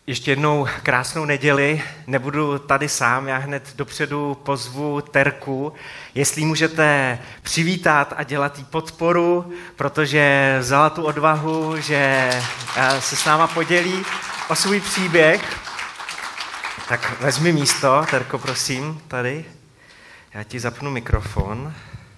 Ještě jednou krásnou neděli, nebudu tady sám, já hned dopředu pozvu Terku, jestli můžete přivítat a dělat jí podporu, protože vzala tu odvahu, že se s náma podělí o svůj příběh. Tak vezmi místo, Terko, prosím, tady. Já ti zapnu mikrofon.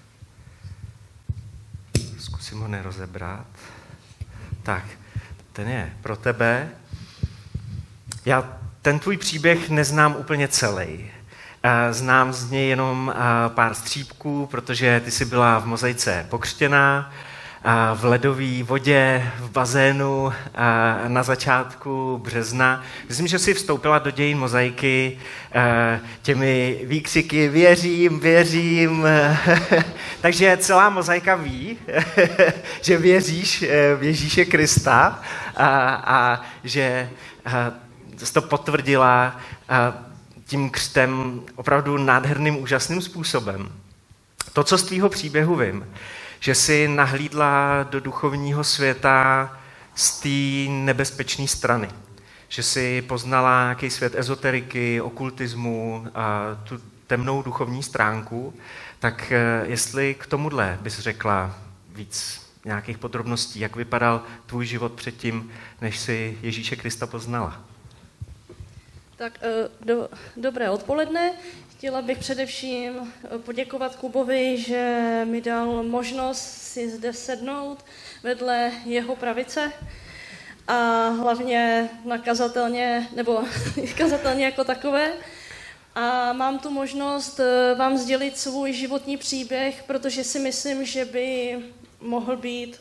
Zkusím ho nerozebrat. Tak, ten je pro tebe. Já ten tvůj příběh neznám úplně celý. Znám z něj jenom pár střípků, protože ty jsi byla v mozaice pokřtěná, v ledové vodě, v bazénu na začátku března. Myslím, že jsi vstoupila do dějin mozaiky těmi výkřiky věřím. Takže celá mozaika ví, že věříš v Ježíše Krista a že jsi to potvrdila tím křtem opravdu nádherným, úžasným způsobem. To, co z tvýho příběhu vím, že jsi nahlídla do duchovního světa z té nebezpečné strany. Že jsi poznala nějaký svět ezoteriky, okultismu, tu temnou duchovní stránku. Tak jestli k tomuhle bys řekla víc nějakých podrobností, jak vypadal tvůj život předtím, než jsi Ježíše Krista poznala? Tak dobré odpoledne. Chtěla bych především poděkovat Kubovi, že mi dal možnost si zde sednout vedle jeho pravice a hlavně na kazatelně, nebo kazatelně jako takové. A mám tu možnost vám sdělit svůj životní příběh, protože si myslím, že by mohl být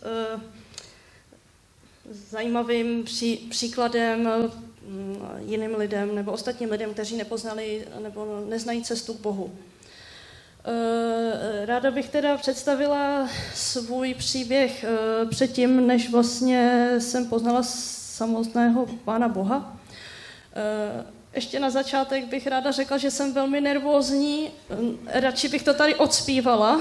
zajímavým příkladem jiným lidem nebo ostatním lidem, kteří nepoznali nebo neznají cestu k Bohu. Ráda bych teda představila svůj příběh předtím, než vlastně jsem poznala samotného Pána Boha. Ještě na začátek bych ráda řekla, že jsem velmi nervózní, radši bych to tady odspívala,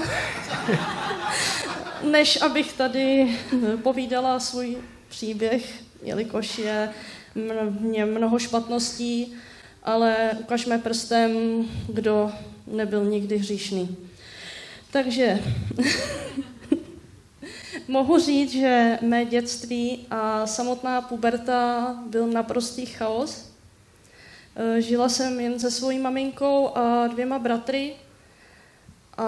než abych tady povídala svůj příběh, jelikož je mě mnoho špatností, ale ukažme prstem, kdo nebyl nikdy hříšný. Takže mohu říct, že mé dětství a samotná puberta byl naprostý chaos. Žila jsem jen se svojí maminkou a 2 bratry a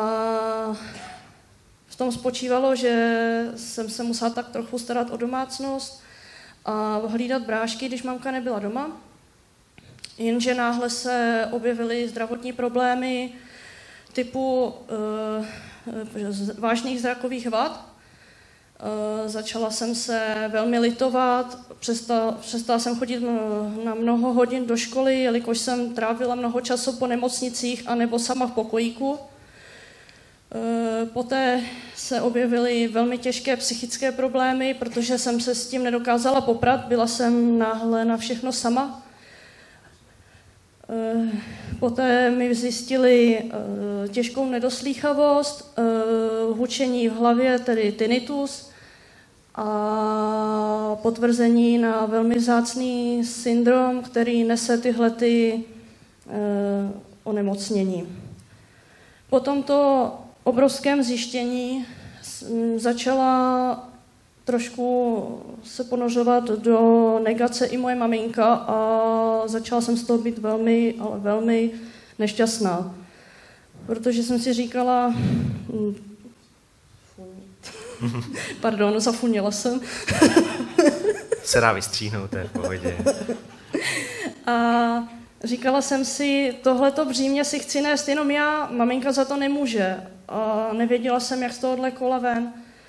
v tom spočívalo, že jsem se musela tak trochu starat o domácnost a hlídat brášky, když mamka nebyla doma. Jenže náhle se objevily zdravotní problémy typu vážných zrakových vad. Začala jsem se velmi litovat, přestala jsem chodit na mnoho hodin do školy, jelikož jsem trávila mnoho času po nemocnicích anebo sama v pokojíku. Poté se objevily velmi těžké psychické problémy, protože jsem se s tím nedokázala poprat, byla jsem náhle na všechno sama. Poté mi zjistili těžkou nedoslýchavost, hučení v hlavě, tedy tinnitus, a potvrzení na velmi vzácný syndrom, který nese tyhle onemocnění. Po tomto obrovském zjištění začala trošku se ponořovat do negace i moje maminka a začala jsem z toho být velmi, ale velmi nešťastná. Protože jsem si říkala... Pardon, zafuněla jsem. Se dá vystříhnout, to je v pohodě. A říkala jsem si, tohleto břímě si chci nést jenom já, maminka za to nemůže. A nevěděla jsem, jak z tohohle kola ven.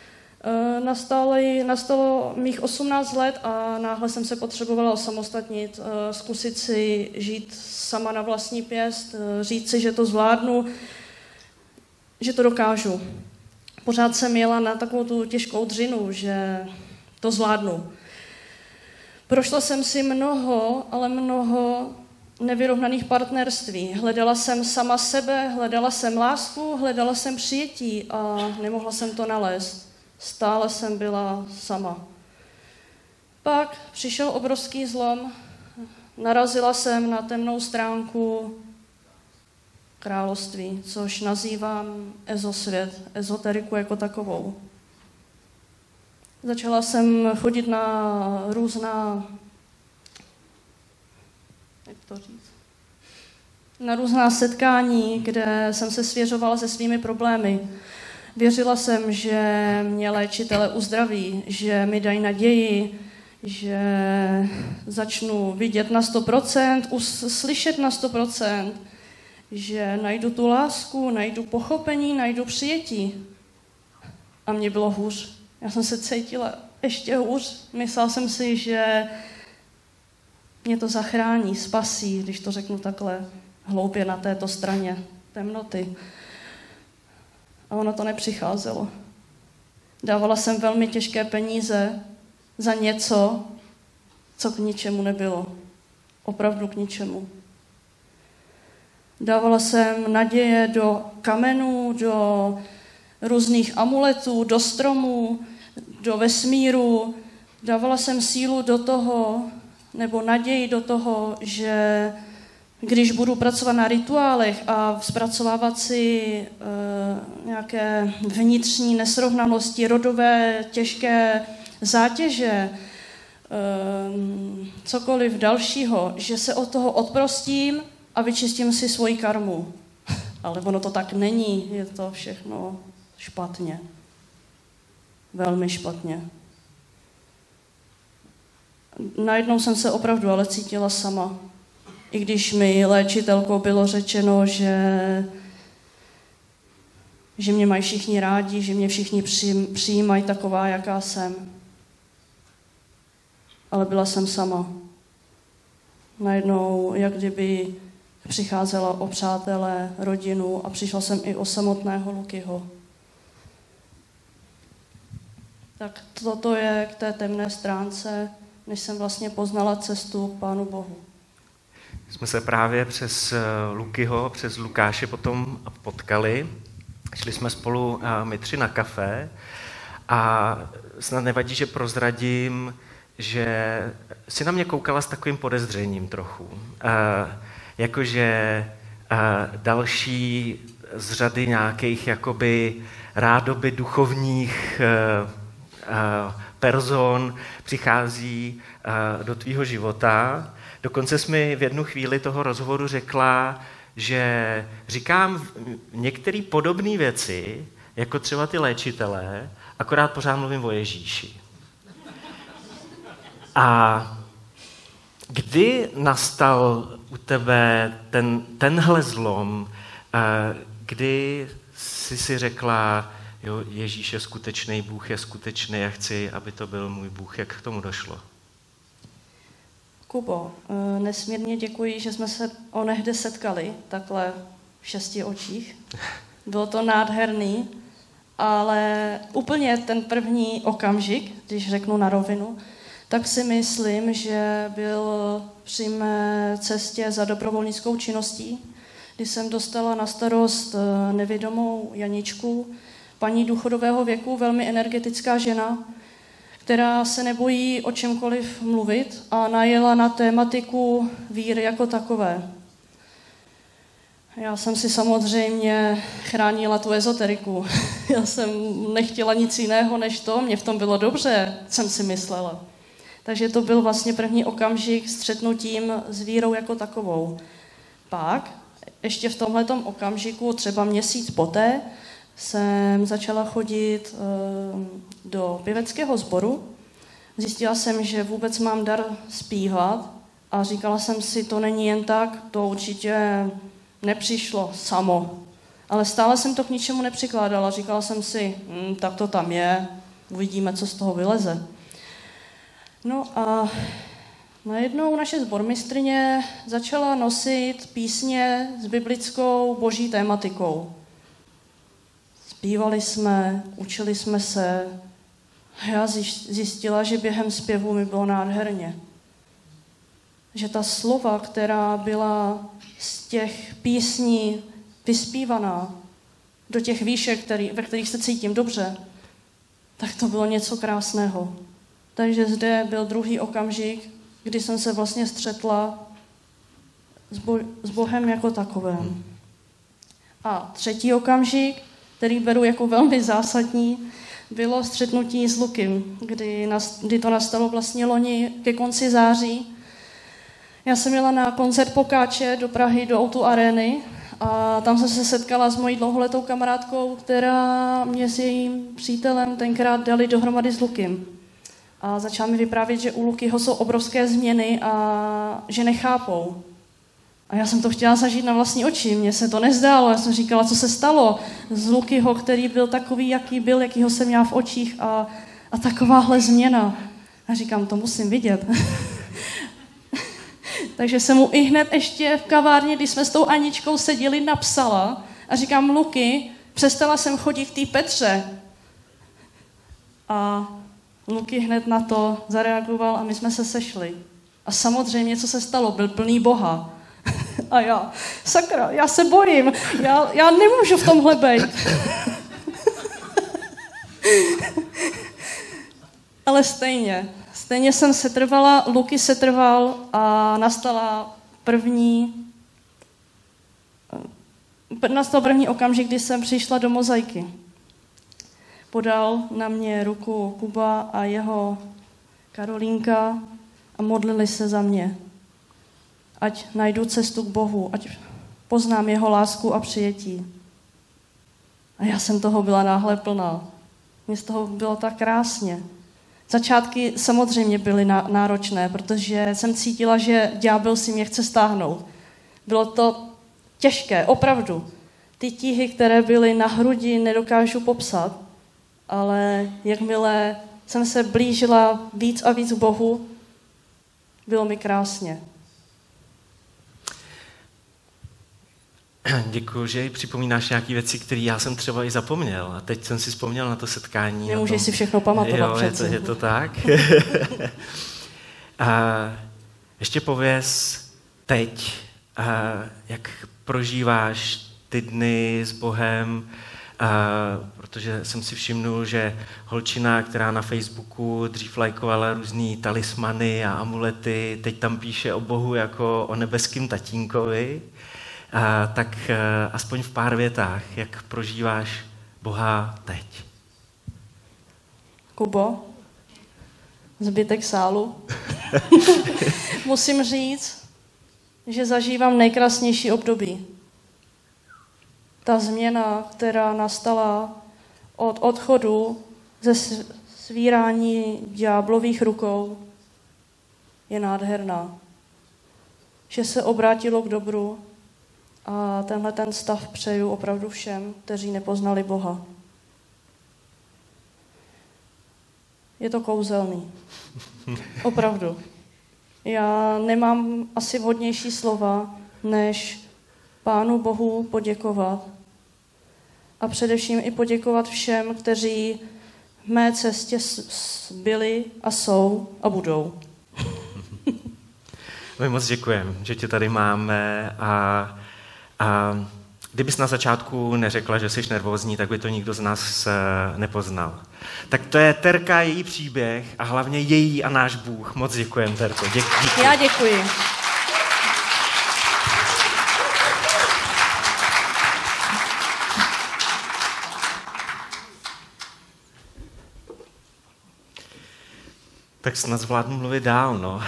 Nastalo mých 18 let a náhle jsem se potřebovala osamostatnit, zkusit si žít sama na vlastní pěst, říct si, že to zvládnu, že to dokážu. Pořád jsem jela na takovou tu těžkou dřinu, že to zvládnu. Prošla jsem si mnoho, ale mnoho nevyrovnaných partnerství. Hledala jsem sama sebe, hledala jsem lásku, hledala jsem přijetí a nemohla jsem to nalézt. Stále jsem byla sama. Pak přišel obrovský zlom narazila jsem na temnou stránku království, což nazývám ezosvět, ezoteriku jako takovou. Začala jsem chodit na různá setkání, kde jsem se svěřovala se svými problémy. Věřila jsem, že mě léčitelé uzdraví, že mi dají naději, že začnu vidět na 100%, slyšet na 100%, že najdu tu lásku, najdu pochopení, najdu přijetí. A mně bylo hůř. Já jsem se cítila ještě hůř. Myslela jsem si, že mě to zachrání, spasí, když to řeknu takhle hloupě na této straně temnoty. A ono to nepřicházelo. Dávala jsem velmi těžké peníze za něco, co k ničemu nebylo. Opravdu k ničemu. Dávala jsem naděje do kamenů, do různých amuletů, do stromů, do vesmíru. Dávala jsem sílu do toho, nebo naději do toho, že když budu pracovat na rituálech a zpracovávat si nějaké vnitřní nesrovnalosti, rodové těžké zátěže, cokoliv dalšího, že se od toho odprostím a vyčistím si svoji karmu. Ale ono to tak není, je to všechno špatně. Velmi špatně. Najednou jsem se opravdu ale cítila sama. I když mi léčitelkou bylo řečeno, že mě mají všichni rádi, že mě všichni přijímají taková, jaká jsem. Ale byla jsem sama. Najednou, jak kdyby přicházela o přátelé, rodinu a přišla jsem i o samotného Lukyho. Tak toto je k té temné stránce, než jsem vlastně poznala cestu k Pánu Bohu. Jsme se právě přes Lukyho, přes Lukáše potom potkali. Šli jsme spolu my tři na kafe a snad nevadí, že prozradím, že si na mě koukala s takovým podezřením trochu. Jakože další z řady nějakých jakoby rádoby duchovních person přichází do tvýho života. Dokonce jsi mi v jednu chvíli toho rozhovoru řekla, že říkám některé podobné věci, jako třeba ty léčitelé, akorát pořád mluvím o Ježíši. A kdy nastal u tebe tenhle zlom, kdy jsi si řekla, jo, Ježíš je skutečný, Bůh je skutečný, já chci, aby to byl můj Bůh. Jak k tomu došlo? Kubo, nesmírně děkuji, že jsme se onehdy setkali, takhle v 6 očích. Bylo to nádherný, ale úplně ten první okamžik, když řeknu na rovinu, tak si myslím, že byl při mé cestě za dobrovolnickou činností, kdy jsem dostala na starost nevědomou Janičku, paní důchodového věku, velmi energetická žena, která se nebojí o čemkoliv mluvit a najela na tématiku víry jako takové. Já jsem si samozřejmě chránila tu ezoteriku. Já jsem nechtěla nic jiného než to, mě v tom bylo dobře, jsem si myslela. Takže to byl vlastně první okamžik střetnutím s vírou jako takovou. Pak, ještě v tomhletom okamžiku, třeba měsíc poté, jsem začala chodit do pěveckého sboru. Zjistila jsem, že vůbec mám dar zpívat a říkala jsem si, to není jen tak, to určitě nepřišlo samo. Ale stále jsem to k ničemu nepřikládala. Říkala jsem si, tak to tam je, uvidíme, co z toho vyleze. No a najednou naše sbormistryně začala nosit písně s biblickou boží tématikou. Zpívali jsme, učili jsme se. Já zjistila, že během zpěvu mi bylo nádherně. Že ta slova, která byla z těch písní vyspívaná do těch výšek, ve kterých se cítím dobře, tak to bylo něco krásného. Takže zde byl druhý okamžik, kdy jsem se vlastně střetla s Bohem jako takovým. A třetí okamžik, který beru jako velmi zásadní, bylo střetnutí s Lukim, kdy to nastalo vlastně loni ke konci září. Já jsem jela na koncert Pokáče do Prahy, do O2 Areny a tam jsem se setkala s mojí dlouholetou kamarádkou, která mě s jejím přítelem tenkrát dali dohromady s Lukim. A začala mi vyprávět, že u Lukyho jsou obrovské změny a že nechápou. A já jsem to chtěla zažít na vlastní oči, mně se to nezdálo, já jsem říkala, co se stalo z Lukyho, který byl takový, jaký byl, jakýho jsem měla v očích a takováhle změna. A říkám, to musím vidět. Takže jsem mu i hned ještě v kavárně, když jsme s tou Aničkou seděli, napsala a říkám, Luky, přestala jsem chodit v té Petře. A Luky hned na to zareagoval a my jsme se sešli. A samozřejmě, co se stalo, byl plný Boha. A já, sakra, já se bojím, já nemůžu v tomhle bejt. Ale stejně jsem setrvala, Luky setrval a nastal první okamžik, kdy jsem přišla do Mozaiky. Podal na mě ruku Kuba a jeho Karolínka a modlili se za mě. Ať najdu cestu k Bohu, ať poznám jeho lásku a přijetí. A já jsem toho byla náhle plná. Mně z toho bylo tak krásně. Začátky samozřejmě byly náročné, protože jsem cítila, že ďábel si mě chce stáhnout. Bylo to těžké, opravdu. Ty tíhy, které byly na hrudi, nedokážu popsat, ale jakmile jsem se blížila víc a víc k Bohu, bylo mi krásně. Děkuji, že připomínáš nějaké věci, které já jsem třeba i zapomněl. A teď jsem si vzpomněl na to setkání. Nemůžeš si všechno pamatovat přece. Je to tak. A ještě pověz teď, jak prožíváš ty dny s Bohem, protože jsem si všimnul, že holčina, která na Facebooku dřív lajkovala různý talismany a amulety, teď tam píše o Bohu jako o nebeským tatínkovi. Tak aspoň v pár větách, jak prožíváš Boha teď? Kubo, zbytek sálu. Musím říct, že zažívám nejkrásnější období. Ta změna, která nastala od odchodu ze svírání ďáblových rukou, je nádherná. Že se obrátilo k dobru a tenhle ten stav přeju opravdu všem, kteří nepoznali Boha. Je to kouzelný. Opravdu. Já nemám asi vhodnější slova, než Pánu Bohu poděkovat. A především i poděkovat všem, kteří v mé cestě byli a jsou a budou. My moc děkujeme, že tě tady máme a kdybys na začátku neřekla, že jsi nervózní, tak by to nikdo z nás nepoznal. Tak to je Terka, její příběh a hlavně její a náš Bůh. Moc děkujeme, Terko. Díky. Já děkuji. Tak snad zvládnu mluvit dál, no.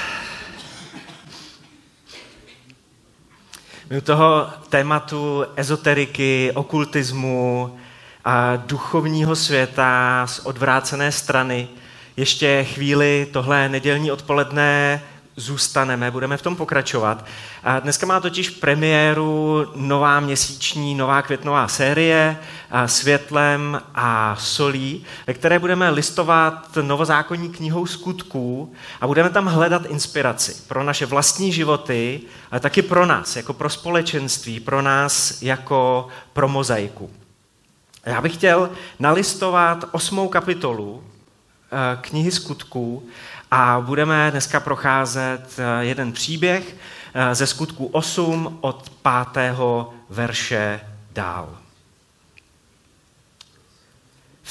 My u toho tématu ezoteriky, okultismu a duchovního světa z odvrácené strany ještě chvíli tohle nedělní odpoledne zůstaneme, budeme v tom pokračovat. A dneska má totiž premiéru nová měsíční, nová květnová série Světlem a solí, ve které budeme listovat novozákonní knihou skutků a budeme tam hledat inspiraci pro naše vlastní životy, ale taky pro nás, jako pro společenství, pro nás jako pro mozaiku. Já bych chtěl nalistovat 8. kapitolu knihy skutků a budeme dneska procházet jeden příběh ze skutků 8 od 5. verše dál.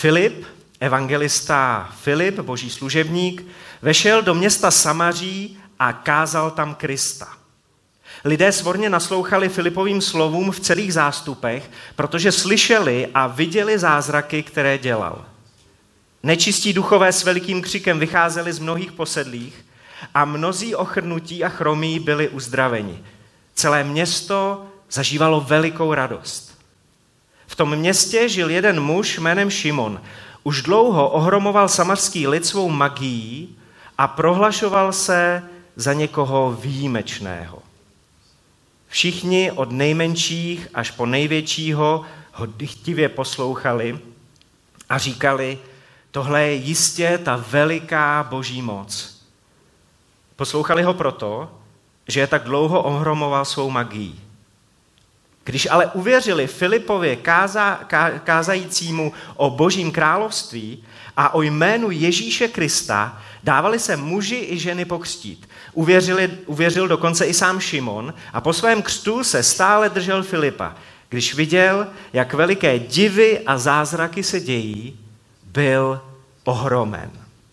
Evangelista Filip, boží služebník, vešel do města Samaří a kázal tam Krista. Lidé svorně naslouchali Filipovým slovům v celých zástupech, protože slyšeli a viděli zázraky, které dělal. Nečistí duchové s velikým křikem vycházeli z mnohých posedlých a mnozí ochrnutí a chromí byli uzdraveni. Celé město zažívalo velikou radost. V tom městě žil jeden muž jménem Šimon. Už dlouho ohromoval samařský lid svou magií a prohlašoval se za někoho výjimečného. Všichni od nejmenších až po největšího ho dychtivě poslouchali a říkali, tohle je jistě ta veliká boží moc. Poslouchali ho proto, že je tak dlouho ohromoval svou magií. Když ale uvěřili Filipově kázajícímu o božím království a o jménu Ježíše Krista, dávali se muži i ženy pokřtít. Uvěřil dokonce i sám Šimon a po svém křtu se stále držel Filipa. Když viděl, jak veliké divy a zázraky se dějí, byl ohromen.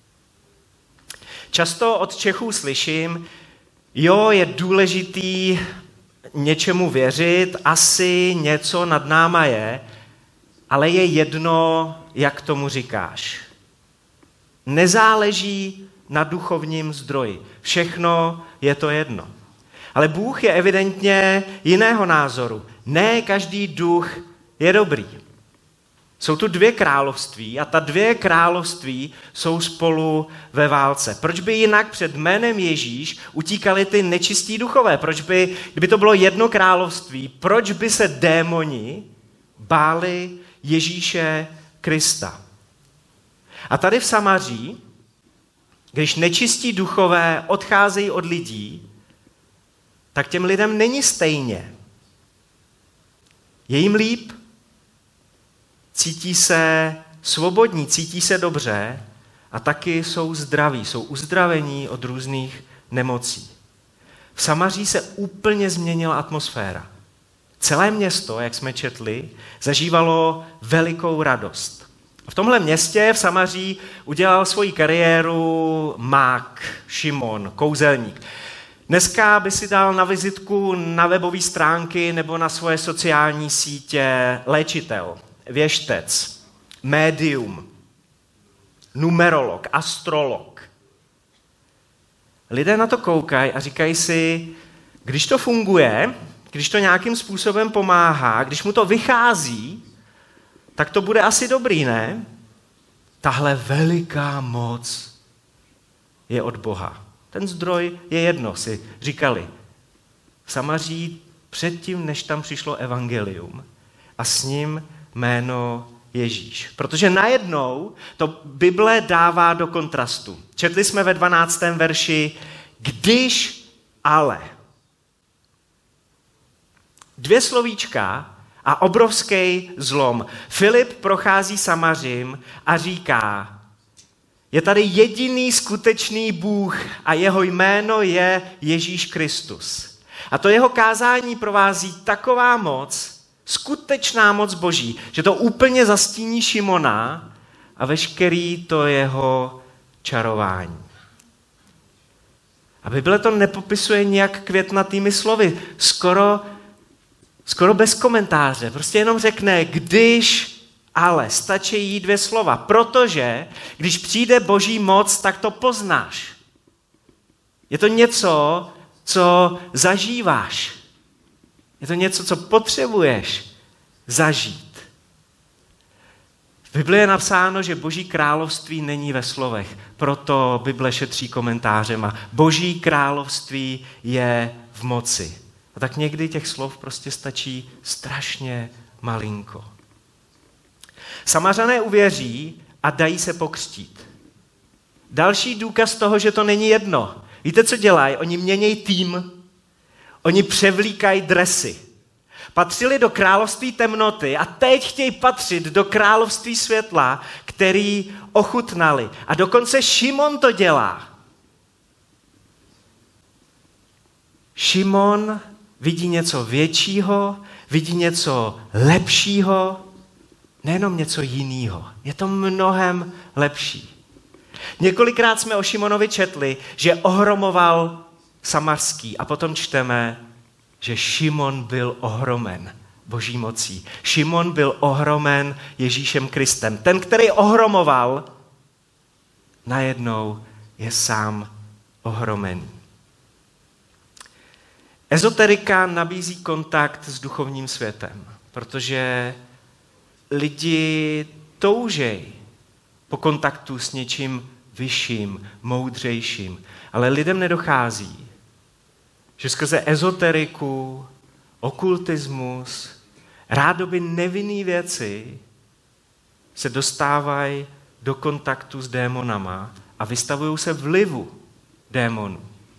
Často od Čechů slyším, jo, je důležitý něčemu věřit, asi něco nad náma je, ale je jedno, jak tomu říkáš. Nezáleží na duchovním zdroji. Všechno je to jedno. Ale Bůh je evidentně jiného názoru. Ne každý duch je dobrý. Jsou tu dvě království a ta dvě království jsou spolu ve válce. Proč by jinak před jménem Ježíš utíkali ty nečistí duchové? Kdyby to bylo jedno království, proč by se démoni báli Ježíše Krista? A tady v Samaří, když nečistí duchové odcházejí od lidí, tak těm lidem není stejně. Je jim líp, cítí se svobodní, cítí se dobře a taky jsou zdraví, jsou uzdravení od různých nemocí. V Samaří se úplně změnila atmosféra. Celé město, jak jsme četli, zažívalo velikou radost. V tomhle městě v Samaří udělal svoji kariéru mák, Šimon, kouzelník. Dneska by si dal na vizitku na webové stránky nebo na svoje sociální sítě léčitel, věštec, médium, numerolog, astrolog. Lidé na to koukají a říkají si, když to funguje, když to nějakým způsobem pomáhá, když mu to vychází, tak to bude asi dobrý, ne? Tahle veliká moc je od Boha. Ten zdroj je jedno, si říkali. V Samaří předtím, než tam přišlo evangelium a s ním jméno Ježíš. Protože najednou to Bible dává do kontrastu. Četli jsme ve 12. verši, když ale. Dvě slovíčka a obrovský zlom. Filip prochází Samařím a říká, je tady jediný skutečný Bůh a jeho jméno je Ježíš Kristus. A to jeho kázání provází taková moc, skutečná moc Boží, že to úplně zastíní Šimona a veškerý to jeho čarování. A Bible to nepopisuje nějak květnatými slovy, skoro bez komentáře. Prostě jenom řekne, když, ale stačí dvě slova. Protože, když přijde Boží moc, tak to poznáš. Je to něco, co zažíváš. Je to něco, co potřebuješ zažít. V Bibli je napsáno, že Boží království není ve slovech. Proto Bible šetří komentářema. Boží království je v moci. A tak někdy těch slov prostě stačí strašně malinko. Samařané uvěří a dají se pokřtít. Další důkaz toho, že to není jedno. Víte, co dělají? Oni měnějí tým. Oni převlíkají dresy. Patřili do království temnoty a teď chtějí patřit do království světla, který ochutnali. A dokonce Šimon to dělá. Šimon vidí něco většího, vidí něco lepšího, nejenom něco jiného. Je to mnohem lepší. Několikrát jsme o Šimonovi četli, že ohromoval Samarský a potom čteme, že Šimon byl ohromen Boží mocí. Šimon byl ohromen Ježíšem Kristem. Ten, který ohromoval, najednou je sám ohromený. Ezoterika nabízí kontakt s duchovním světem, protože lidi toužej po kontaktu s něčím vyšším, moudřejším. Ale lidem nedochází, že skrze ezoteriku, okultismus, rádoby nevinné věci se dostávají do kontaktu s démonama a vystavují se vlivu démonů.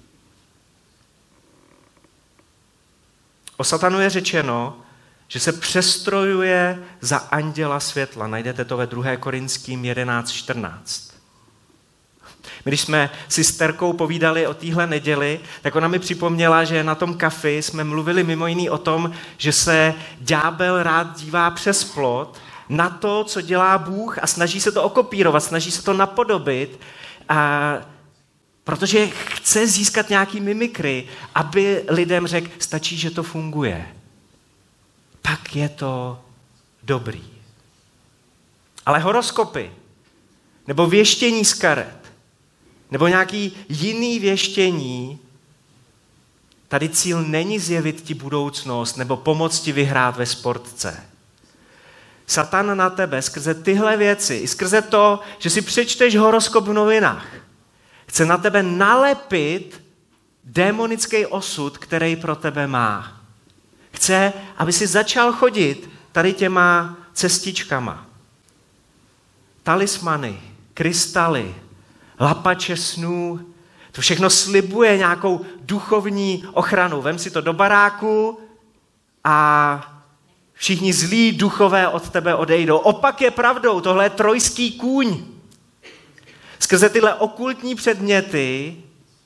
O satanu je řečeno, že se přestrojuje za anděla světla. Najdete to ve 2. Korinským 11:14. My, když jsme si s Terkou povídali o téhle neděli, tak ona mi připomněla, že na tom kafi jsme mluvili mimo jiný o tom, že se ďábel rád dívá přes plot na to, co dělá Bůh a snaží se to okopírovat, snaží se to napodobit, protože chce získat nějaký mimikry, aby lidem řekl, stačí, že to funguje. Pak je to dobrý. Ale horoskopy, nebo věštění z karet, nebo nějaký jiný věštění, tady cíl není zjevit ti budoucnost nebo pomoct ti vyhrát ve sportce. Satan na tebe skrze tyhle věci, i skrze to, že si přečteš horoskop v novinách, chce na tebe nalepit démonický osud, který pro tebe má. Chce, aby si začal chodit tady těma cestičkama. Talismany, krystaly, lapače snů, to všechno slibuje nějakou duchovní ochranu. Vem si to do baráku a všichni zlí duchové od tebe odejdou. Opak je pravdou, tohle je trojský kůň. Skrze tyhle okultní předměty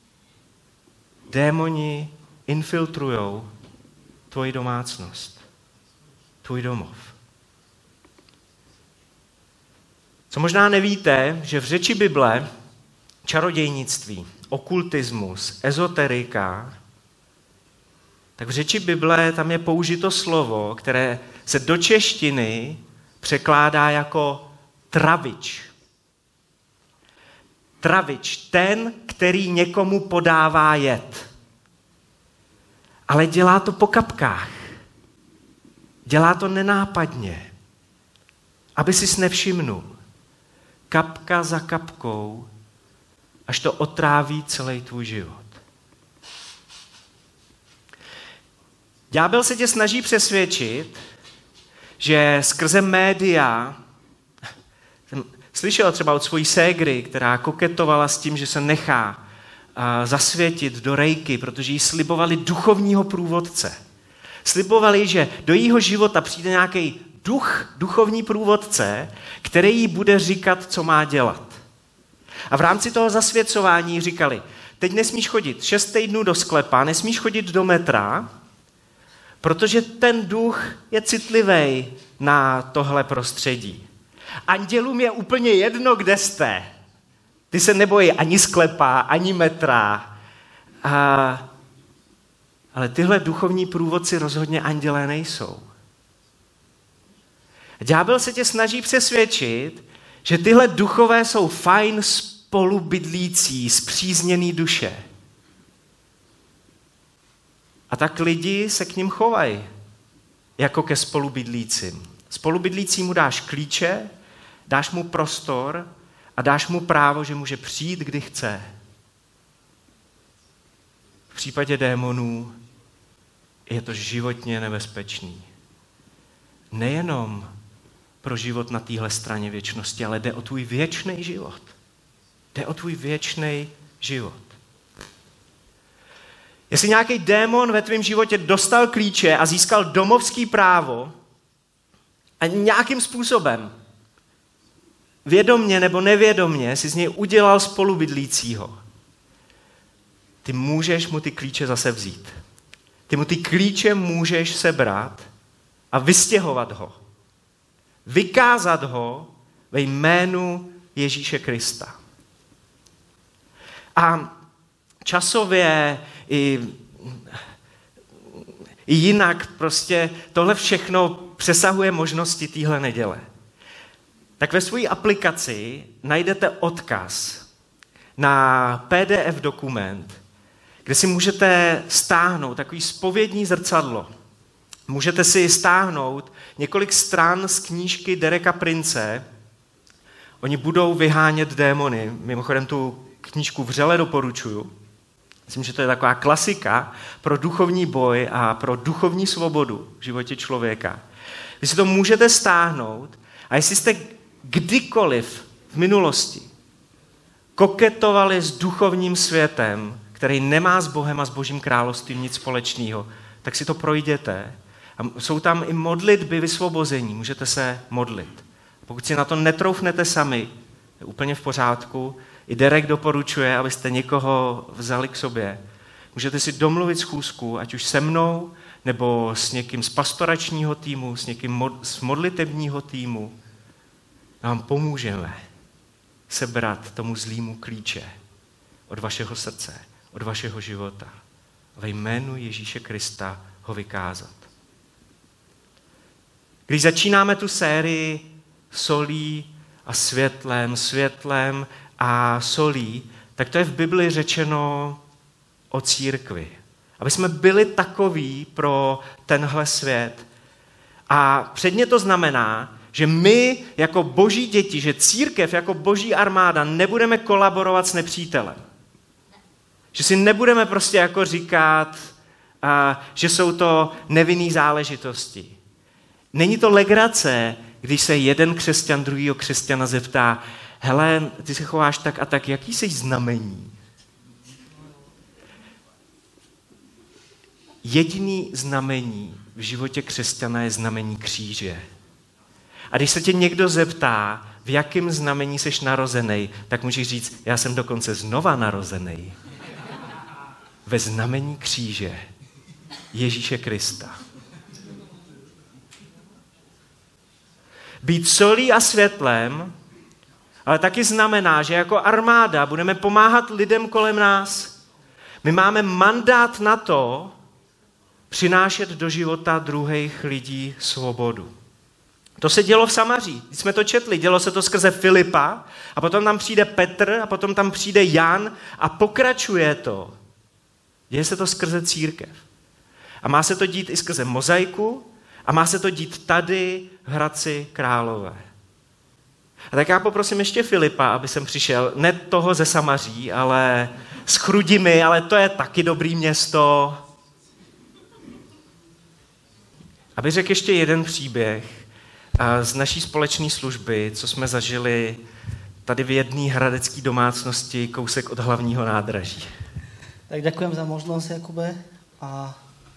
démoni infiltrujou tvoji domácnost, tvůj domov. Co možná nevíte, že v řeči Bible čarodějnictví, okultismus, ezoterika, tak v řeči Bible tam je použito slovo, které se do češtiny překládá jako travič. Travič, ten, který někomu podává jed. Ale dělá to po kapkách. Dělá to nenápadně, aby sis nevšimnul. Kapka za kapkou, až to otráví celý tvůj život. Ďábel se tě snaží přesvědčit, že skrze média, jsem slyšel třeba od svojí ségry, která koketovala s tím, že se nechá zasvětit do rejky, protože jí slibovali duchovního průvodce. Slibovali, že do jejího života přijde nějaký duchovní průvodce, který jí bude říkat, co má dělat. A v rámci toho zasvěcování říkali, teď nesmíš chodit 6 týdnů do sklepa, nesmíš chodit do metra, protože ten duch je citlivý na tohle prostředí. Andělům je úplně jedno, kde jste. Ty se nebojí ani sklepa, ani metra. Ale tyhle duchovní průvodci rozhodně andělé nejsou. Ďábel se tě snaží přesvědčit, že tyhle duchové jsou fajn spolubydlící, spřízněný duše. A tak lidi se k ním chovají jako ke spolubydlícím. Spolubydlícímu dáš klíče, dáš mu prostor a dáš mu právo, že může přijít, kdy chce. V případě démonů je to životně nebezpečný. Nejenom pro život na téhle straně věčnosti, ale jde o tvůj věčný život. Jde o tvůj věčný život. Jestli nějaký démon ve tvém životě dostal klíče a získal domovský právo a nějakým způsobem, vědomně nebo nevědomně, si z něj udělal spolubydlícího, ty můžeš mu ty klíče zase vzít. Ty mu ty klíče můžeš sebrat a vystěhovat ho. Vykázat ho ve jménu Ježíše Krista. A časově i jinak. Prostě tohle všechno přesahuje možnosti téhle neděle. Tak ve své aplikaci najdete odkaz na PDF dokument, kde si můžete stáhnout takový zpovědní zrcadlo. Můžete si stáhnout několik stran z knížky Dereka Prince. Oni budou vyhánět démony. Mimochodem tu knížku vřele doporučuju. Myslím, že to je taková klasika pro duchovní boj a pro duchovní svobodu v životě člověka. Vy si to můžete stáhnout a jestli jste kdykoliv v minulosti koketovali s duchovním světem, který nemá s Bohem a s Božím královstvím nic společného, tak si to projděte. A jsou tam i modlitby vysvobození, můžete se modlit. Pokud si na to netroufnete sami, je úplně v pořádku. I Derek doporučuje, abyste někoho vzali k sobě. Můžete si domluvit schůzku, ať už se mnou, nebo s někým z pastoračního týmu, s někým z modlitebního týmu. A vám pomůžeme sebrat tomu zlýmu klíče od vašeho srdce, od vašeho života. Ve jménu Ježíše Krista ho vykázat. Když začínáme tu sérii solí a světlem a solí, tak to je v Bibli řečeno o církvi. Aby jsme byli takoví pro tenhle svět. A předně to znamená, že my jako boží děti, že církev jako boží armáda nebudeme kolaborovat s nepřítelem. Že si nebudeme prostě jako říkat, že jsou to nevinné záležitosti. Není to legrace, když se jeden křesťan druhýho křesťana zeptá, hele, ty se chováš tak a tak, jaký jsi znamení? Jediný znamení v životě křesťana je znamení kříže. A když se tě někdo zeptá, v jakém znamení jsi narozený, tak můžeš říct, já jsem dokonce znova narozený. Ve znamení kříže Ježíše Krista. Být solí a světlem, ale taky znamená, že jako armáda budeme pomáhat lidem kolem nás. My máme mandát na to přinášet do života druhých lidí svobodu. To se dělo v Samaří, když jsme to četli, dělo se to skrze Filipa a potom tam přijde Petr a potom tam přijde Jan a pokračuje to. Děje se to skrze církev. A má se to dít i skrze mozaiku a má se to dít tady v Hradci Králové. A tak já poprosím ještě Filipa, aby sem přišel, ne toho ze Samaří, ale s Chrudimi, ale to je taky dobrý město. Aby řekl ještě jeden příběh z naší společné služby, co jsme zažili tady v jedné hradecké domácnosti, kousek od hlavního nádraží. Tak ďakujem za možnosť, Jakube. A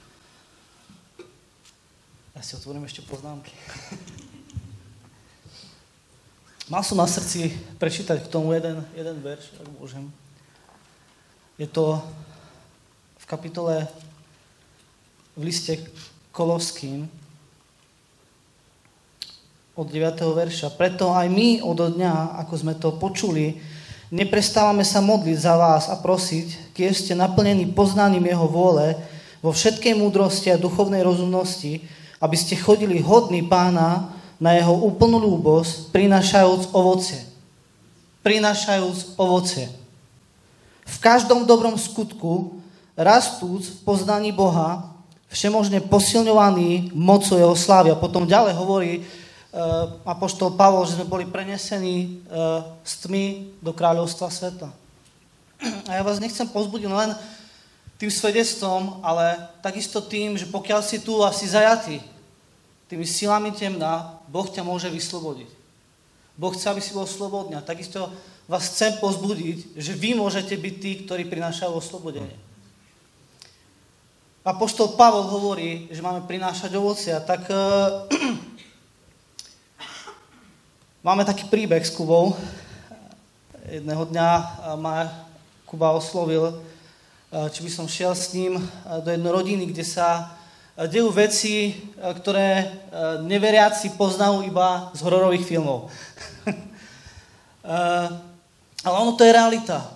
ja si otvorím ešte poznámky. Mal som na srdci prečítať k tomu jeden verš, ak môžem. Je to v kapitole v liste Koloským od 9. verša. Preto aj my od dňa, ako sme to počuli, neprestávame sa modliť za vás a prosiť, keď ste naplnení poznaním jeho vôle vo všetkej múdrosti a duchovnej rozumnosti, aby ste chodili hodní Pána na jeho úplnú ľúbosť, prinášajúc ovocie. Prinášajúc ovocie. V každom dobrom skutku, rastúc v poznaní Boha, všemožne posilňovaný mocou jeho slávy. A potom ďalej hovorí apoštol Pavol, že sme boli prenesení z tmy do kráľovstva sveta. A ja vás nechcem povzbudiť len tým svedectvom, ale takisto tým, že pokiaľ si tu a si zajatý tými silami temna, Boh ťa môže vyslobodiť. Boh chce, aby si bol slobodný. A takisto vás chcem povzbudiť, že vy môžete byť tí, ktorí prinášajú oslobodenie. Apoštol Pavol hovorí, že máme prinášať ovocia, tak máme taký príbeh s Kubou. Jedného dňa ma Kuba oslovil, či by som šiel s ním do jednej rodiny, kde sa dejú veci, ktoré neveriaci poznajú iba z hororových filmov. Ale ono to je realita.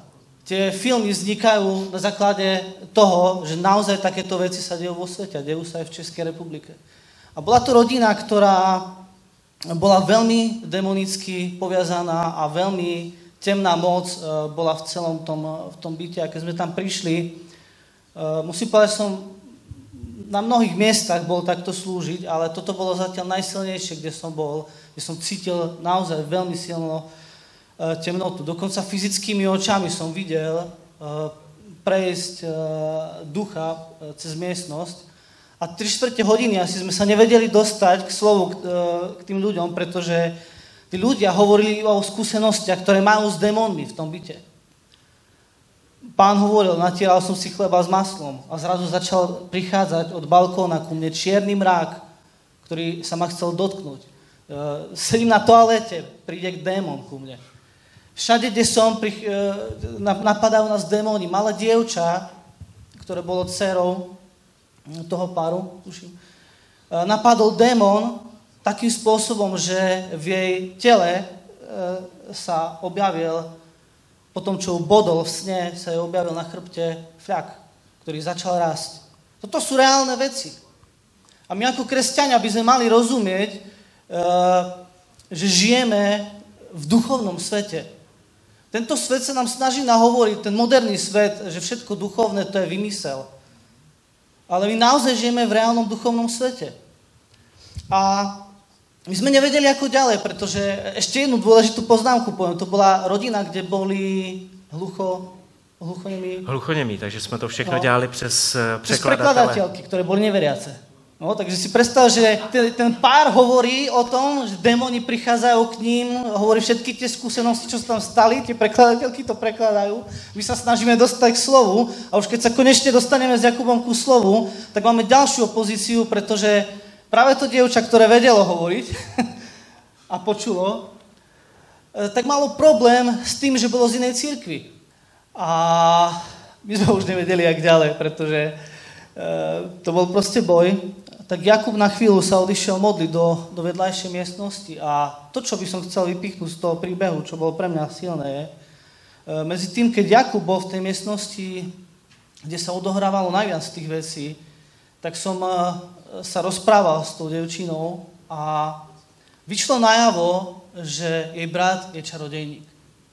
Tie filmy vznikajú na základe toho, že naozaj takéto veci sa dejú vo svete a dejú sa aj v Českej republike. A bola to rodina, ktorá bola veľmi demonicky poviazaná a veľmi temná moc bola v celom v tom byte. A keď sme tam prišli, musím povedať, že som na mnohých miestach bol takto slúžiť, ale toto bolo zatiaľ najsilnejšie, kde som bol, kde som cítil naozaj veľmi silno temnotu. Dokonca fyzickými očami som videl prejsť ducha cez miestnosť a 3/4 hodiny asi sme sa nevedeli dostať k slovu k tým ľuďom, pretože tí ľudia hovorili o skúsenostiach, ktoré majú s démonmi v tom byte. Pán hovoril, natieral som si chleba s maslom a zrazu začal prichádzať od balkóna ku mne čierny mrák, ktorý sa ma chcel dotknúť. Sedím na toalete, príde démon ku mne. Všade, kde som, napadajú nás démoni. Malé dievča, ktoré bolo dcerou toho páru, napadol démon takým spôsobom, že v jej tele sa objavil, po tom, čo ju bodol v sne, sa jej objavil na chrbte fľak, ktorý začal rásť. Toto sú reálne veci. A my ako kresťania by sme mali rozumieť, že žijeme v duchovnom svete. Tento svet sa nám snaží nahovoriť, ten moderný svet, že všetko duchovné to je vymysel. Ale my naozaj žijeme v reálnom duchovnom svete. A my sme nevedeli, ako ďalej, pretože ešte jednu dôležitú poznámku poviem. To bola rodina, kde boli hluchonemí, takže jsme to všechno dělali přes překladatele. Překladatelky, které byly neveriace. No, takže si predstav, že ten pár hovorí o tom, že démoni prichádzajú k ním, hovorí všetky tie skúsenosti, čo sa tam stali, tie prekladateľky to prekladajú. My sa snažíme dostať k slovu a už keď sa konečne dostaneme s Jakubom ku slovu, tak máme ďalšiu opozíciu, pretože práve to dievča, ktoré vedelo hovoriť a počulo, tak malo problém s tým, že bolo z inej cirkvi. A my sme už nevedeli, jak ďalej, pretože to bol proste boj. Tak Jakub na chvíľu sa odišiel modliť do vedľajšej miestnosti a to, čo by som chcel vypichnúť z toho príbehu, čo bolo pre mňa silné, je, medzi tým, keď Jakub bol v tej miestnosti, kde sa odohrávalo najviac tých vecí, tak som sa rozprával s tou devčinou a vyšlo najavo, že jej brat je čarodejník.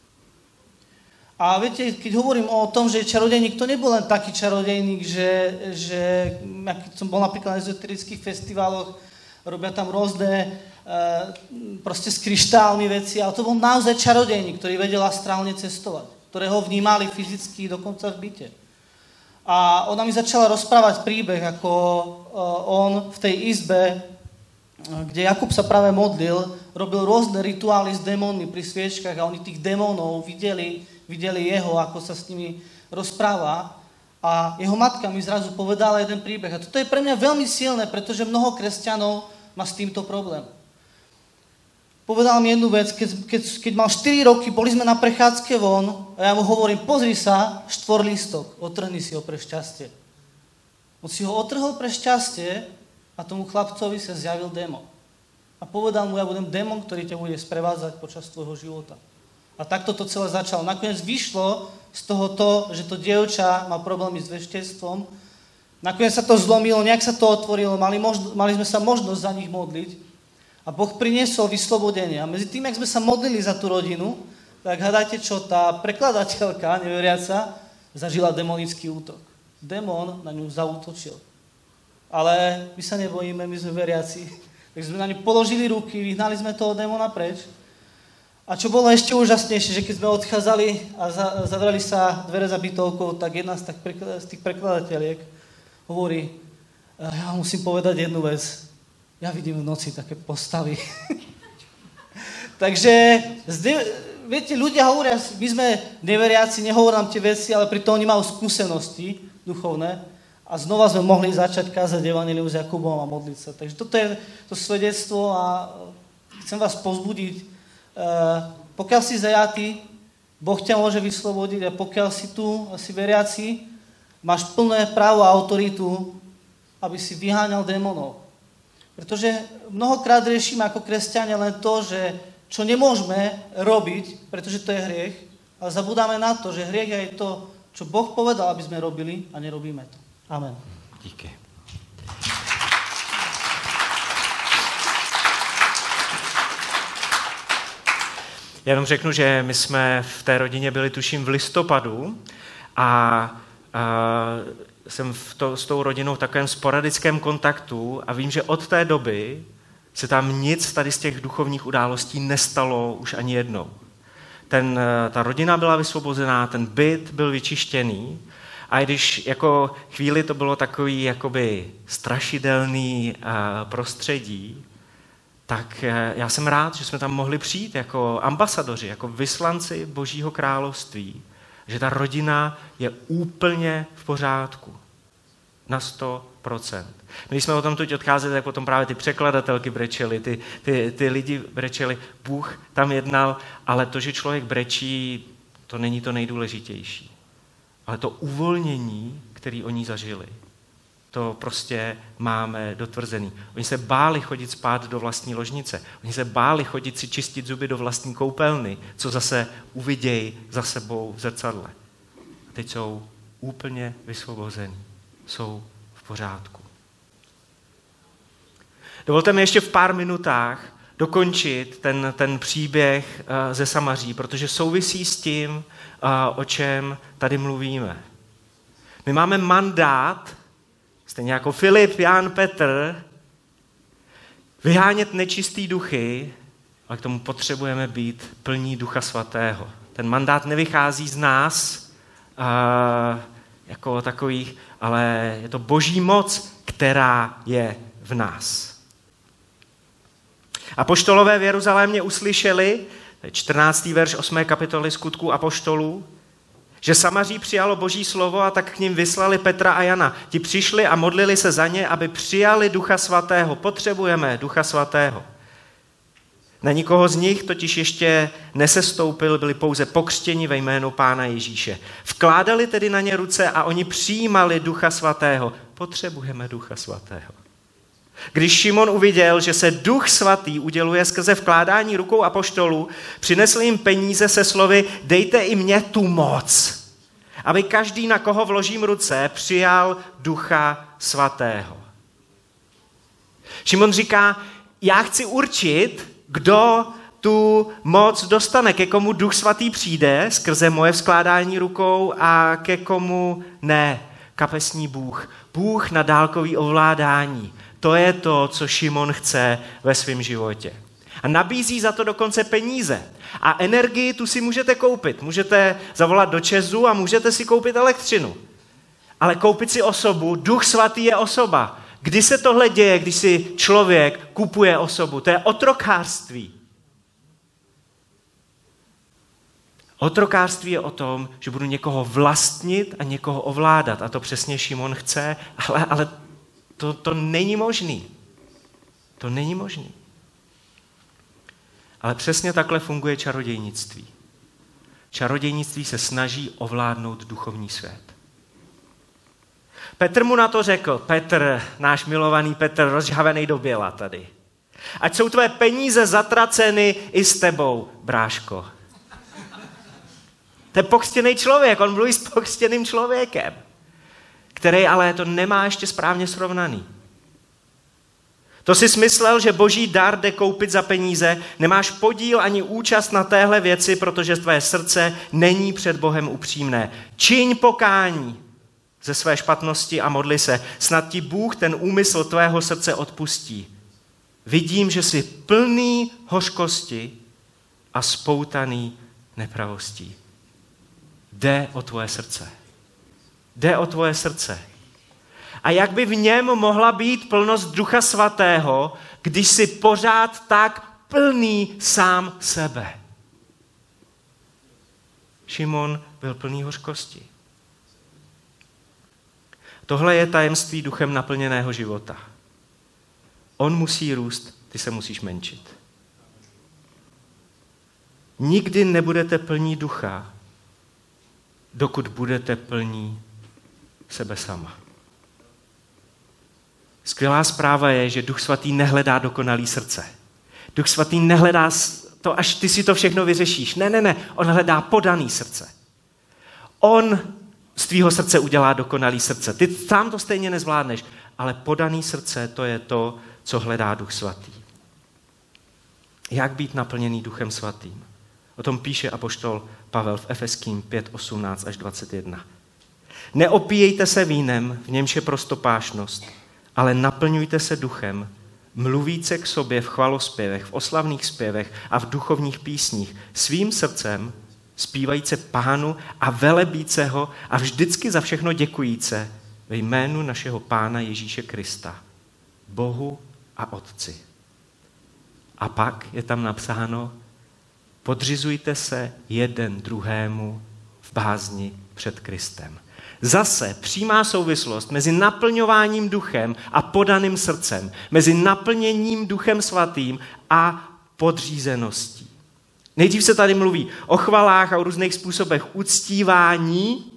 A viete, keď hovorím o tom, že je čarodejník, to nebol len taký čarodejník, že keď som bol napríklad na ezoterických festivaloch, robia tam rôzne proste s kryštálmi veci, ale to bol naozaj čarodejník, ktorý vedel astrálne cestovať, ktorého vnímali fyzicky dokonca v byte. A ona mi začala rozprávať príbeh, ako on v tej izbe, kde Jakub sa práve modlil, robil rôzne rituály s démonmi pri sviečkach a oni tých démonov videli jeho, ako sa s nimi rozpráva. A jeho matka mi zrazu povedala jeden príbeh. A toto je pre mňa veľmi silné, pretože mnoho kresťanov má s týmto problém. Povedal mi jednu vec, keď mal 4 roky, boli sme na prechádzke von a ja mu hovorím, pozri sa, 4 lístok, otrhni si ho pre šťastie. On si ho otrhol pre šťastie a tomu chlapcovi sa zjavil démon. A povedal mu, ja budem démon, ktorý ťa bude sprevádzať počas tvojho života. A takto to celé začalo. Nakoniec vyšlo z toho to, že to dievča má problémy s veštectvom. Nakoniec sa to zlomilo, nejak sa to otvorilo, mali sme sa možnosť za nich modliť. A Boh priniesol vyslobodenie. A medzi tým, jak sme sa modlili za tú rodinu, tak hádajte čo, tá prekladateľka, neveriaca, zažila demonický útok. Démon na ňu zaútočil. Ale my sa nebojíme, my sme veriaci. Tak sme na ňu položili ruky, vyhnali sme toho démona preč. A čo bolo ešte úžasnejšie, že keď sme odchádzali a zavreli sa dvere za bytovkou, tak jedna z tých prekladateľiek hovorí, ja musím povedať jednu vec. Ja vidím v noci také postavy. Takže, viete, ľudia hovoria, my sme neveriaci, nehovoria nám tie veci, ale pritom oni majú skúsenosti duchovné a znova sme mohli začať kázať evanjelium s Jakubom a modliť sa. Takže toto je to svedectvo a chcem vás povzbudiť. Pokiaľ si zajatý, Boh ťa môže vyslobodiť a pokiaľ si tu a si veriaci, máš plné právo a autoritu, aby si vyháňal démonov. Pretože mnohokrát riešime ako kresťania len to, že čo nemôžeme robiť, pretože to je hriech, a ale zabudáme na to, že hriech je to, čo Boh povedal, aby sme robili a nerobíme to. Amen. Díky. Já jenom řeknu, že my jsme v té rodině byli tuším v listopadu a jsem s tou rodinou v takovém sporadickém kontaktu a vím, že od té doby se tam nic tady z těch duchovních událostí nestalo už ani jednou. Ta rodina byla vysvobozená, ten byt byl vyčištěný a když jako chvíli to bylo takový jakoby strašidelný prostředí, tak já jsem rád, že jsme tam mohli přijít jako ambasadoři, jako vyslanci Božího království, že ta rodina je úplně v pořádku. Na 100%. Když jsme o tom teď odcházeli, tak potom právě ty překladatelky brečely, ty lidi brečeli, Bůh tam jednal, ale to, že člověk brečí, to není to nejdůležitější. Ale to uvolnění, které oni zažili, to prostě máme dotvrzený. Oni se báli chodit spát do vlastní ložnice. Oni se báli chodit si čistit zuby do vlastní koupelny, co zase uvidějí za sebou v zrcadle. A teď jsou úplně vysvobození. Jsou v pořádku. Dovolte mi ještě v pár minutách dokončit ten příběh ze Samaří, protože souvisí s tím, o čem tady mluvíme. My máme mandát, stejně jako Filip, Jan, Petr, vyhánět nečistý duchy, ale k tomu potřebujeme být plní Ducha Svatého. Ten mandát nevychází z nás jako takových, ale je to Boží moc, která je v nás. Apoštolové v Jeruzalémě uslyšeli, 14. verš 8. kapitoly Skutků apoštolů, že Samaří přijalo Boží slovo a tak k nim vyslali Petra a Jana. Ti přišli a modlili se za ně, aby přijali Ducha Svatého. Potřebujeme Ducha Svatého. Na nikoho z nich totiž ještě nesestoupil, byli pouze pokřtěni ve jménu Pána Ježíše. Vkládali tedy na ně ruce a oni přijímali Ducha Svatého. Potřebujeme Ducha Svatého. Když Šimon uviděl, že se Duch Svatý uděluje skrze vkládání rukou apoštolů, přinesl jim peníze se slovy: dejte i mně tu moc, aby každý, na koho vložím ruce, přijal Ducha Svatého. Šimon říká: já chci určit, kdo tu moc dostane, ke komu Duch Svatý přijde skrze moje vzkládání rukou a ke komu ne. Kapesní Bůh. Bůh na dálkový ovládání. To je to, co Šimon chce ve svém životě. A nabízí za to dokonce peníze. A energii tu si můžete koupit. Můžete zavolat do ČEZu a můžete si koupit elektřinu. Ale koupit si osobu, Duch Svatý je osoba. Kdy se tohle děje, když si člověk kupuje osobu? To je otrokářství. Otrokářství je o tom, že budu někoho vlastnit a někoho ovládat. A to přesně Šimon chce, ale to není možný. To není možný. Ale přesně takhle funguje čarodějnictví. Čarodějnictví se snaží ovládnout duchovní svět. Petr mu na to řekl, Petr, náš milovaný Petr, rozžhavený do běla tady. Ať jsou tvé peníze zatraceny i s tebou, bráško. To je pokřtěný člověk, on mluví s pokřtěným člověkem, který ale to nemá ještě správně srovnaný. To si smyslel, že boží dar jde koupit za peníze, nemáš podíl ani účast na téhle věci, protože tvé srdce není před Bohem upřímné. Čiň pokání ze své špatnosti a modli se, snad ti Bůh ten úmysl tvého srdce odpustí. Vidím, že jsi plný hořkosti a spoutaný nepravostí. Jde o tvoje srdce. Jde o tvoje srdce. A jak by v něm mohla být plnost Ducha Svatého, když jsi pořád tak plný sám sebe? Šimon byl plný hořkosti. Tohle je tajemství duchem naplněného života. On musí růst, ty se musíš menšit. Nikdy nebudete plní ducha, dokud budete plní sebe sama. Skvělá zpráva je, že Duch Svatý nehledá dokonalý srdce. Duch Svatý nehledá to až ty si to všechno vyřešíš. Ne, on hledá podaný srdce. On z tvýho srdce udělá dokonalý srdce. Ty sám to stejně nezvládneš, ale podaný srdce, to je to, co hledá Duch Svatý. Jak být naplněný Duchem Svatým? O tom píše apoštol Pavel v Efeským 5:18 až 21. Neopíjejte se vínem, v němž je prostopášnost, ale naplňujte se duchem, mluvíce k sobě v chvalospěvech, v oslavných zpěvech a v duchovních písních, svým srdcem zpívajíce Pánu a velebíce ho a vždycky za všechno děkujíce ve jménu našeho Pána Ježíše Krista, Bohu a Otci. A pak je tam napsáno, podřizujte se jeden druhému v bázni před Kristem. Zase přímá souvislost mezi naplňováním duchem a podaným srdcem, mezi naplněním Duchem Svatým a podřízeností. Nejdřív se tady mluví o chvalách a o různých způsobech uctívání.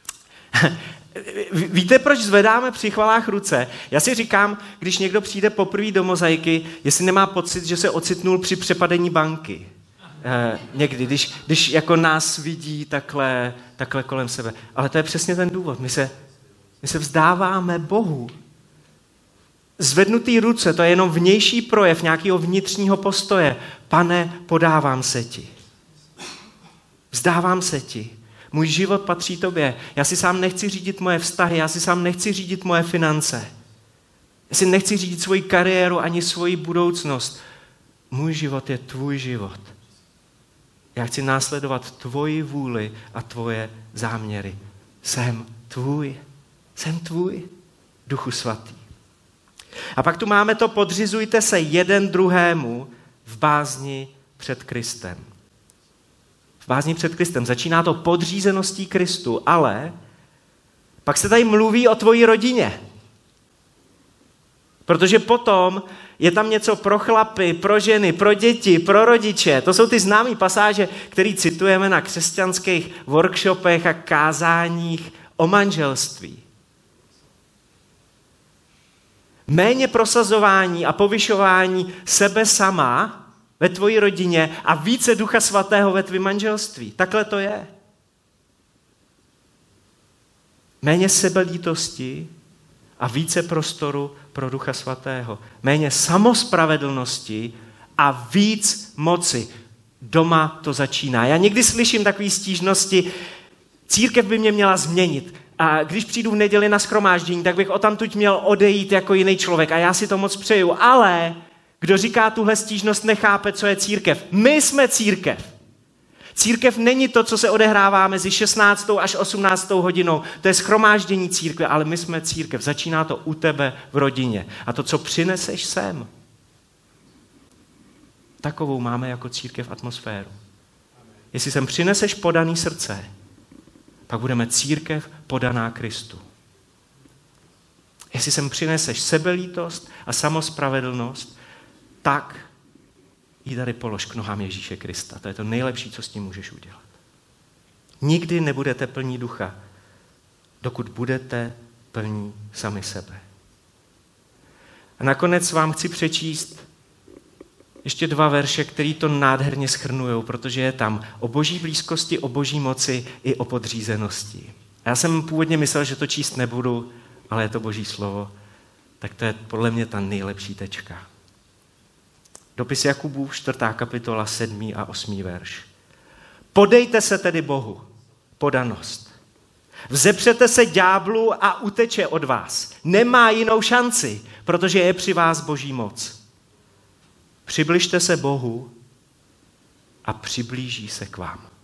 Víte, proč zvedáme při chvalách ruce? Já si říkám, když někdo přijde poprvé do mozaiky, jestli nemá pocit, že se ocitnul při přepadení banky. Někdy, když jako nás vidí takhle kolem sebe. Ale to je přesně ten důvod. My se vzdáváme Bohu. Zvednutý ruce, to je jenom vnější projev nějakého vnitřního postoje. Pane, podávám se ti. Vzdávám se ti. Můj život patří tobě. Já si sám nechci řídit moje vztahy, já si sám nechci řídit moje finance. Já si nechci řídit svoji kariéru ani svoji budoucnost. Můj život je tvůj život. Já chci následovat tvoji vůli a tvoje záměry. Jsem tvůj, Duchu Svatý. A pak tu máme to podřizujte se jeden druhému v bázni před Kristem. V bázni před Kristem. Začíná to podřízeností Kristu, ale pak se tady mluví o tvojí rodině. Protože potom je tam něco pro chlapy, pro ženy, pro děti, pro rodiče. To jsou ty známé pasáže, které citujeme na křesťanských workshopech a kázáních o manželství. Méně prosazování a povyšování sebe sama ve tvojí rodině a více Ducha Svatého ve tvém manželství. Takhle to je. Méně sebelítosti a více prostoru pro Ducha Svatého. Méně samospravedlnosti a víc moci. Doma to začíná. Já někdy slyším takové stížnosti, církev by mě měla změnit. A když přijdu v neděli na shromáždění, tak bych odtamtud měl odejít jako jiný člověk. A já si to moc přeju. Ale kdo říká tuhle stížnost, nechápe, co je církev. My jsme církev. Církev není to, co se odehrává mezi 16. až 18. hodinou. To je shromáždění církve, ale my jsme církev. Začíná to u tebe v rodině. A to, co přineseš sem, takovou máme jako církev atmosféru. Jestli sem přineseš podaný srdce, pak budeme církev podaná Kristu. Jestli sem přineseš sebelítost a samospravedlnost, tak ji tady polož k nohám Ježíše Krista. To je to nejlepší, co s tím můžeš udělat. Nikdy nebudete plní ducha, dokud budete plní sami sebe. A nakonec vám chci přečíst ještě 2 verše, který to nádherně shrnujou, protože je tam o boží blízkosti, o boží moci i o podřízenosti. Já jsem původně myslel, že to číst nebudu, ale je to boží slovo, tak to je podle mě ta nejlepší tečka. Dopis Jakubův, 4. kapitola, 7. a 8. verš. Podejte se tedy Bohu, podanost. Vzepřete se ďáblu a uteče od vás. Nemá jinou šanci, protože je při vás boží moc. Přibližte se Bohu a přiblíží se k vám.